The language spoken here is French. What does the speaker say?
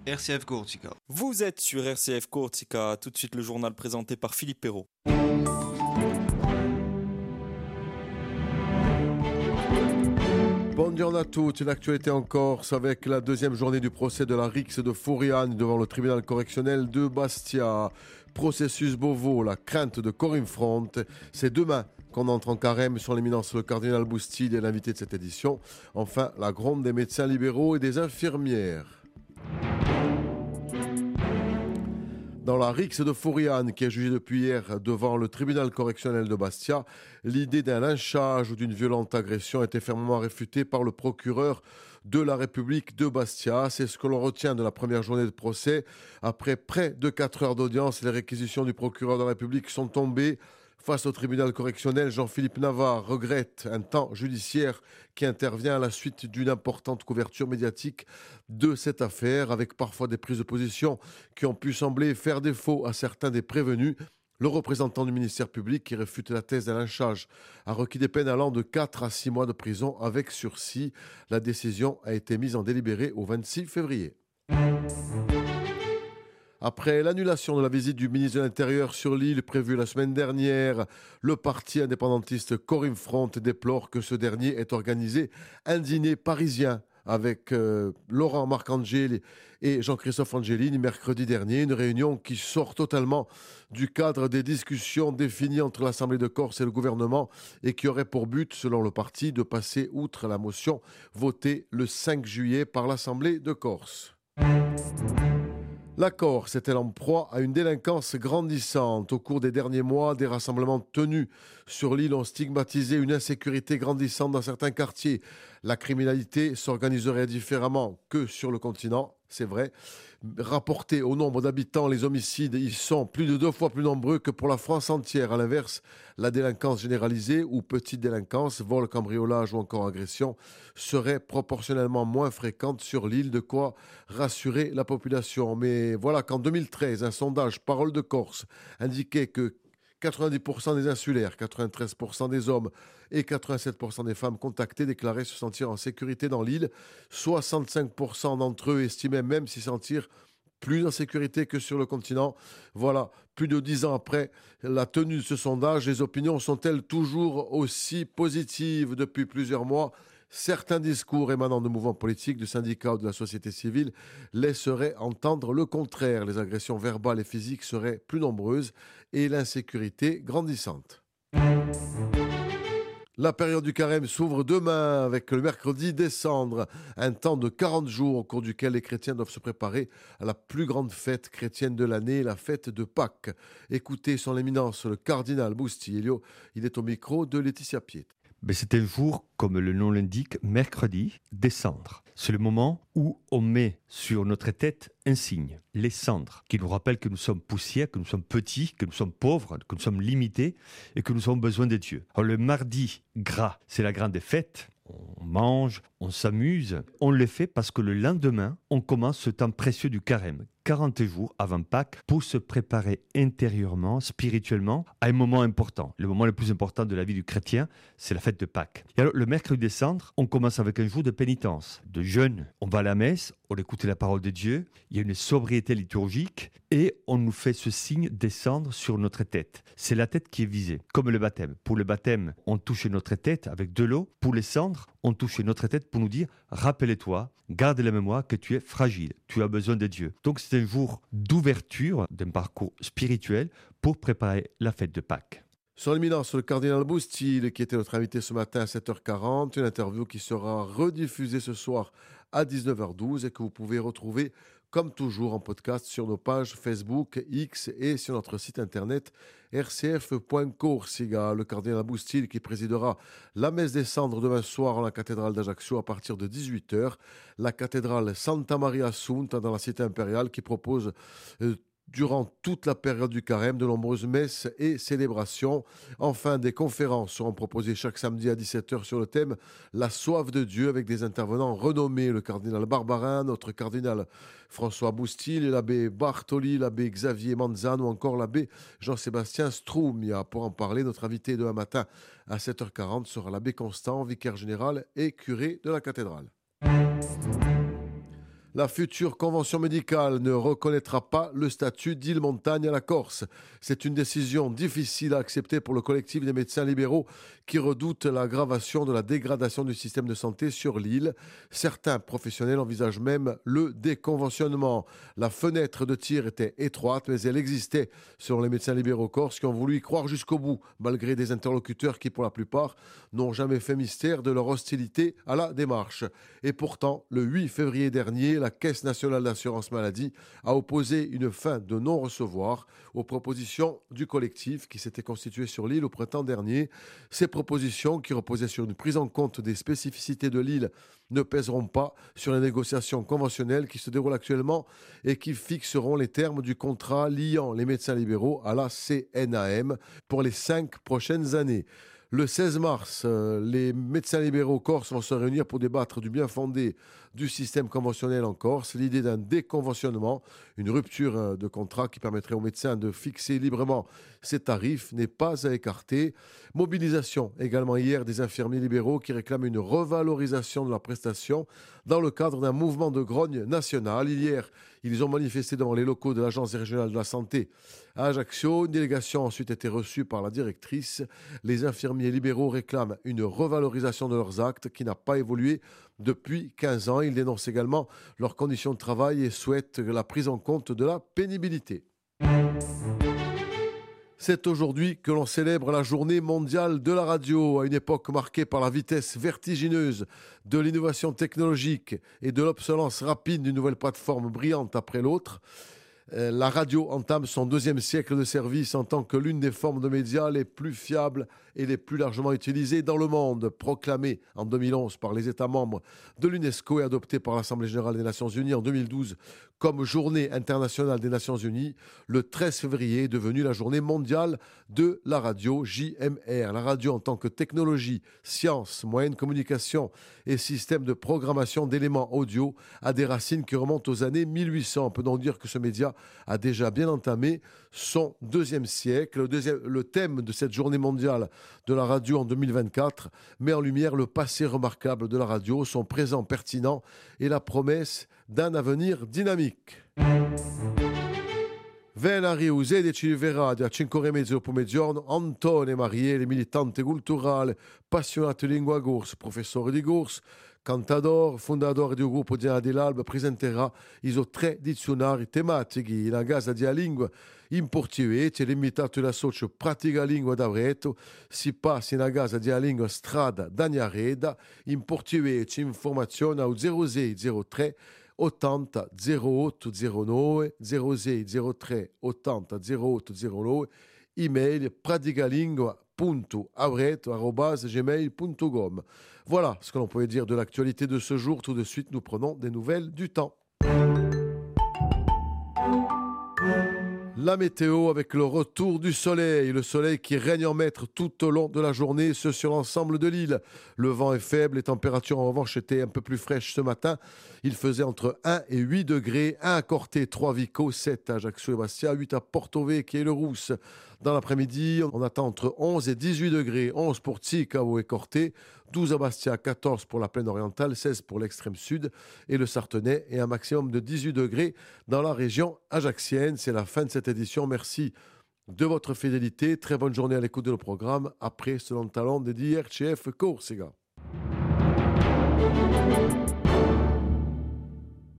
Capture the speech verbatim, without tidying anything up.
R C F Corsica. Vous êtes sur R C F Corsica, tout de suite le journal présenté par Philippe Perrault. Bonjour à tous, une actualité en Corse avec la deuxième journée du procès de la rixe de Foriane devant le tribunal correctionnel de Bastia. Processus Beauvau, la crainte de Corinne Front. C'est demain qu'on entre en carême sur l'éminence le cardinal Boustil et l'invité de cette édition. Enfin, la gronde des médecins libéraux et des infirmières. Dans la rixe de Foriane, qui est jugée depuis hier devant le tribunal correctionnel de Bastia, l'idée d'un lynchage ou d'une violente agression a été fermement réfutée par le procureur de la République de Bastia. C'est ce que l'on retient de la première journée de procès. Après près de quatre heures d'audience, les réquisitions du procureur de la République sont tombées. Face au tribunal correctionnel, Jean-Philippe Navarre regrette un temps judiciaire qui intervient à la suite d'une importante couverture médiatique de cette affaire, avec parfois des prises de position qui ont pu sembler faire défaut à certains des prévenus. Le représentant du ministère public qui réfute la thèse d'un lynchage a requis des peines allant de quatre à six mois de prison avec sursis. La décision a été mise en délibéré au vingt-six février. Après l'annulation de la visite du ministre de l'Intérieur sur l'île prévue la semaine dernière, le parti indépendantiste Corinne Front déplore que ce dernier ait organisé un dîner parisien avec euh, Laurent Marcangeli et Jean-Christophe Angelini mercredi dernier, une réunion qui sort totalement du cadre des discussions définies entre l'Assemblée de Corse et le gouvernement et qui aurait pour but, selon le parti, de passer outre la motion votée le cinq juillet par l'Assemblée de Corse. La Corse est-elle en proie à une délinquance grandissante? Au cours des derniers mois, des rassemblements tenus sur l'île ont stigmatisé une insécurité grandissante dans certains quartiers. La criminalité s'organiserait différemment que sur le continent, c'est vrai. Rapportés au nombre d'habitants, les homicides, ils sont plus de deux fois plus nombreux que pour la France entière. À l'inverse, la délinquance généralisée ou petite délinquance, vol, cambriolage ou encore agression, serait proportionnellement moins fréquente sur l'île, de quoi rassurer la population. Mais voilà qu'en deux mille treize, un sondage Parole de Corse indiquait que quatre-vingt-dix pour cent des insulaires, quatre-vingt-treize pour cent des hommes et quatre-vingt-sept pour cent des femmes contactées déclaraient se sentir en sécurité dans l'île. soixante-cinq pour cent d'entre eux estimaient même s'y sentir plus en sécurité que sur le continent. Voilà, plus de dix ans après la tenue de ce sondage, les opinions sont-elles toujours aussi positives? Depuis plusieurs mois, certains discours émanant de mouvements politiques, de syndicats ou de la société civile laisseraient entendre le contraire. Les agressions verbales et physiques seraient plus nombreuses et l'insécurité grandissante. La période du carême s'ouvre demain avec le mercredi des cendres, un temps de quarante jours au cours duquel les chrétiens doivent se préparer à la plus grande fête chrétienne de l'année, la fête de Pâques. Écoutez son éminence, le cardinal Bustilio, il est au micro de Laetitia Piet. Mais c'est un jour, comme le nom l'indique, mercredi, des cendres. C'est le moment où on met sur notre tête un signe, les cendres, qui nous rappellent que nous sommes poussière, que nous sommes petits, que nous sommes pauvres, que nous sommes limités et que nous avons besoin de Dieu. Alors le mardi gras, c'est la grande fête. On mange, on s'amuse. On le fait parce que le lendemain, on commence ce temps précieux du carême. quarante jours avant Pâques pour se préparer intérieurement, spirituellement, à un moment important. Le moment le plus important de la vie du chrétien, c'est la fête de Pâques. Et alors, le mercredi des cendres, on commence avec un jour de pénitence, de jeûne. On va à la messe, on écoute la parole de Dieu, il y a une sobriété liturgique et on nous fait ce signe descendre sur notre tête. C'est la tête qui est visée, comme le baptême. Pour le baptême, on touche notre tête avec de l'eau. Pour les cendres, on touche notre tête pour nous dire « Rappelle-toi, garde la mémoire que tu es fragile, tu as besoin de Dieu ». Donc c'est un jour d'ouverture d'un parcours spirituel pour préparer la fête de Pâques. Son éminence, le cardinal Boustil, qui était notre invité ce matin à sept heures quarante, une interview qui sera rediffusée ce soir à dix-neuf heures douze et que vous pouvez retrouver comme toujours en podcast sur nos pages Facebook, X et sur notre site internet r c f point corsica. Le cardinal Boustil qui présidera la messe des cendres demain soir en la cathédrale d'Ajaccio à partir de dix-huit heures. La cathédrale Santa Maria Assunta dans la cité impériale qui propose euh, durant toute la période du carême, de nombreuses messes et célébrations. Enfin, des conférences seront proposées chaque samedi à dix-sept heures sur le thème « La soif de Dieu » avec des intervenants renommés, le cardinal Barbarin, notre cardinal François Boustil, l'abbé Bartoli, l'abbé Xavier Manzano ou encore l'abbé Jean-Sébastien Strumia. Pour en parler, notre invité demain matin à sept heures quarante sera l'abbé Constant, vicaire général et curé de la cathédrale. La future convention médicale ne reconnaîtra pas le statut d'île montagne à la Corse. C'est une décision difficile à accepter pour le collectif des médecins libéraux qui redoutent l'aggravation de la dégradation du système de santé sur l'île. Certains professionnels envisagent même le déconventionnement. La fenêtre de tir était étroite, mais elle existait, selon les médecins libéraux corses qui ont voulu y croire jusqu'au bout, malgré des interlocuteurs qui, pour la plupart, n'ont jamais fait mystère de leur hostilité à la démarche. Et pourtant, le huit février dernier, la Caisse nationale d'assurance maladie a opposé une fin de non-recevoir aux propositions du collectif qui s'était constitué sur l'île au printemps dernier. Ces propositions, qui reposaient sur une prise en compte des spécificités de l'île, ne pèseront pas sur les négociations conventionnelles qui se déroulent actuellement et qui fixeront les termes du contrat liant les médecins libéraux à la C N A M pour les cinq prochaines années. Le seize mars, euh, les médecins libéraux corses vont se réunir pour débattre du bien fondé du système conventionnel en Corse. L'idée d'un déconventionnement, une rupture euh, de contrat qui permettrait aux médecins de fixer librement ces tarifs n'est pas à écarter. Mobilisation également hier des infirmiers libéraux qui réclament une revalorisation de la prestation dans le cadre d'un mouvement de grogne national. Hier, ils ont manifesté devant les locaux de l'Agence régionale de la santé à Ajaccio. Une délégation a ensuite été reçue par la directrice. Les infirmiers libéraux réclament une revalorisation de leurs actes qui n'a pas évolué depuis quinze ans. Ils dénoncent également leurs conditions de travail et souhaitent la prise en compte de la pénibilité. C'est aujourd'hui que l'on célèbre la journée mondiale de la radio, à une époque marquée par la vitesse vertigineuse de l'innovation technologique et de l'obsolescence rapide d'une nouvelle plateforme brillante après l'autre. La radio entame son deuxième siècle de service en tant que l'une des formes de médias les plus fiables et les plus largement utilisées dans le monde. Proclamée en deux mille onze par les États membres de l'UNESCO et adoptée par l'Assemblée générale des Nations unies en deux mille douze comme journée internationale des Nations unies, le treize février est devenue la journée mondiale de la radio, J M R. La radio en tant que technologie, science, moyens de communication et système de programmation d'éléments audio a des racines qui remontent aux années mille huit cents. On peut donc dire que ce média a déjà bien entamé son deuxième siècle. Le, deuxième, le thème de cette journée mondiale de la radio en deux mille vingt-quatre met en lumière le passé remarquable de la radio, son présent pertinent et la promesse d'un avenir dynamique. Venerdì alle sedici verrà a cinque e mezzo del pomeriggio Antonio Marielli, militante culturale, appassionato di lingua corsa, professore di corsa, cantautore, fondatore del gruppo Diana dell'Alba, presenterà i suoi tre dizionari tematici in casa di lingua in portoghese. L'invitato da socio Pratica Lingua d'Avreto si passa in casa di lingua Strada Dagnareda in portoghese. Informazioni al zero sei zero tre ottanta zero otto zero nove zero sei zero tre ottanta zero otto zero nove, email praticalingua punto avreto arobase gmail punto com. Voilà ce que l'on pouvait dire de l'actualité de ce jour. Tout de suite, nous prenons des nouvelles du temps. La météo avec le retour du soleil, le soleil qui règne en maître tout au long de la journée, ce sur l'ensemble de l'île. Le vent est faible, les températures en revanche étaient un peu plus fraîches ce matin. Il faisait entre un et huit degrés, un à Corté, trois à Vico, sept à Ajaccio et Bastia, huit à Porto Vecchio et le Rousse. Dans l'après-midi, on attend entre onze et dix-huit degrés, onze pour Tsicao et Corté, douze à Bastia, quatorze pour la plaine orientale, seize pour l'extrême sud et le Sartenay et un maximum de dix-huit degrés dans la région ajaxienne. C'est la fin de cette édition. Merci de votre fidélité. Très bonne journée à l'écoute de nos programmes. Après ce long talent dédié R C F Corsica.